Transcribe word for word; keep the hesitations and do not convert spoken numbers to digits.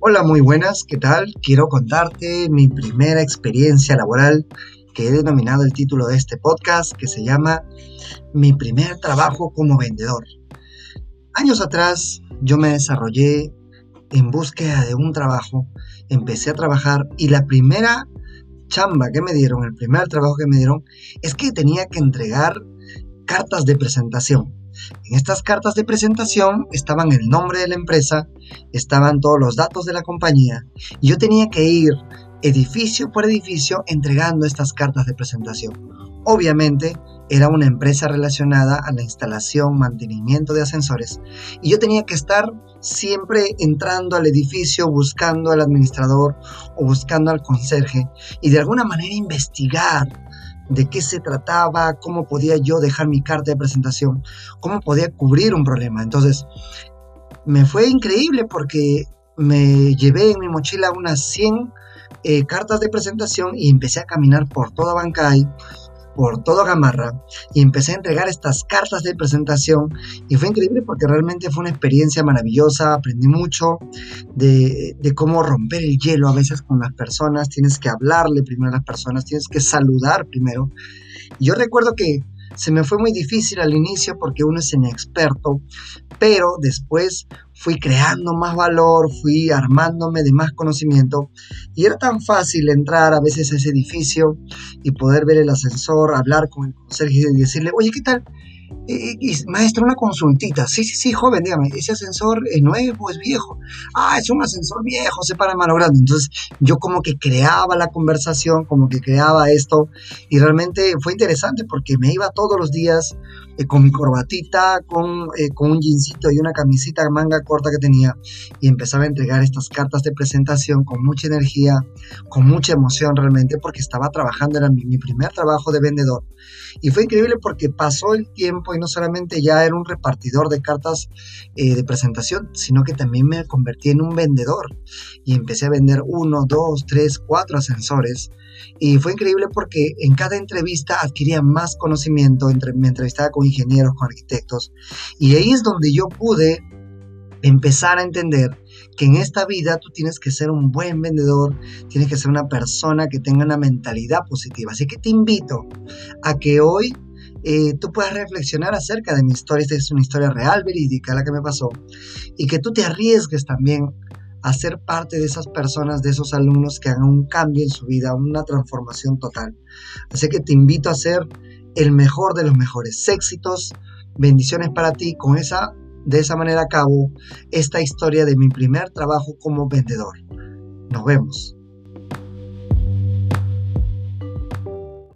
Hola, muy buenas, ¿qué tal? Quiero contarte mi primera experiencia laboral que he denominado el título de este podcast, que se llama Mi primer trabajo como vendedor. Años atrás yo me desarrollé en búsqueda de un trabajo, empecé a trabajar y la primera chamba que me dieron, el primer trabajo que me dieron, es que tenía que entregar cartas de presentación. En estas cartas de presentación estaban el nombre de la empresa, estaban todos los datos de la compañía y yo tenía que ir edificio por edificio entregando estas cartas de presentación. Obviamente era una empresa relacionada a la instalación, mantenimiento de ascensores y yo tenía que estar siempre entrando al edificio buscando al administrador o buscando al conserje y de alguna manera investigar de qué se trataba, cómo podía yo dejar mi carta de presentación, cómo podía cubrir un problema. Entonces, me fue increíble porque me llevé en mi mochila unas cien eh, cartas de presentación y empecé a caminar por toda Bancay, por toda Gamarra y empecé a entregar estas cartas de presentación y fue increíble porque realmente fue una experiencia maravillosa, aprendí mucho de, de cómo romper el hielo a veces con las personas, tienes que hablarle primero a las personas, tienes que saludar primero. Y yo recuerdo que se me fue muy difícil al inicio porque uno es inexperto, pero después fui creando más valor, fui armándome de más conocimiento y era tan fácil entrar a veces a ese edificio y poder ver el ascensor, hablar con el conserje y decirle, oye, ¿qué tal? Eh, eh, maestro, una consultita. Sí, sí, sí, joven, dígame, ¿ese ascensor es nuevo, es viejo? Ah, es un ascensor viejo, se para malogrando. Entonces, yo como que creaba la conversación, como que creaba esto, y realmente fue interesante porque me iba todos los días eh, con mi corbatita, con, eh, con un jeansito y una camisita de manga corta que tenía, y empezaba a entregar estas cartas de presentación con mucha energía, con mucha emoción realmente, porque estaba trabajando, era mi, mi primer trabajo de vendedor. Y fue increíble porque pasó el tiempo y no solamente ya era un repartidor de cartas eh, de presentación, sino que también me convertí en un vendedor y empecé a vender uno, dos, tres, cuatro ascensores. Y fue increíble porque en cada entrevista adquiría más conocimiento, entre, me entrevistaba con ingenieros, con arquitectos, y ahí es donde yo pude empezar a entender que en esta vida tú tienes que ser un buen vendedor, tienes que ser una persona que tenga una mentalidad positiva. Así que te invito a que hoy eh, tú puedas reflexionar acerca de mi historia. Esta es una historia real, verídica, la que me pasó, y que tú te arriesgues también a ser parte de esas personas, de esos alumnos que hagan un cambio en su vida, una transformación total. Así que te invito a ser el mejor de los mejores. Éxitos, bendiciones para ti. Con esa, de esa manera acabo esta historia de mi primer trabajo como vendedor. Nos vemos.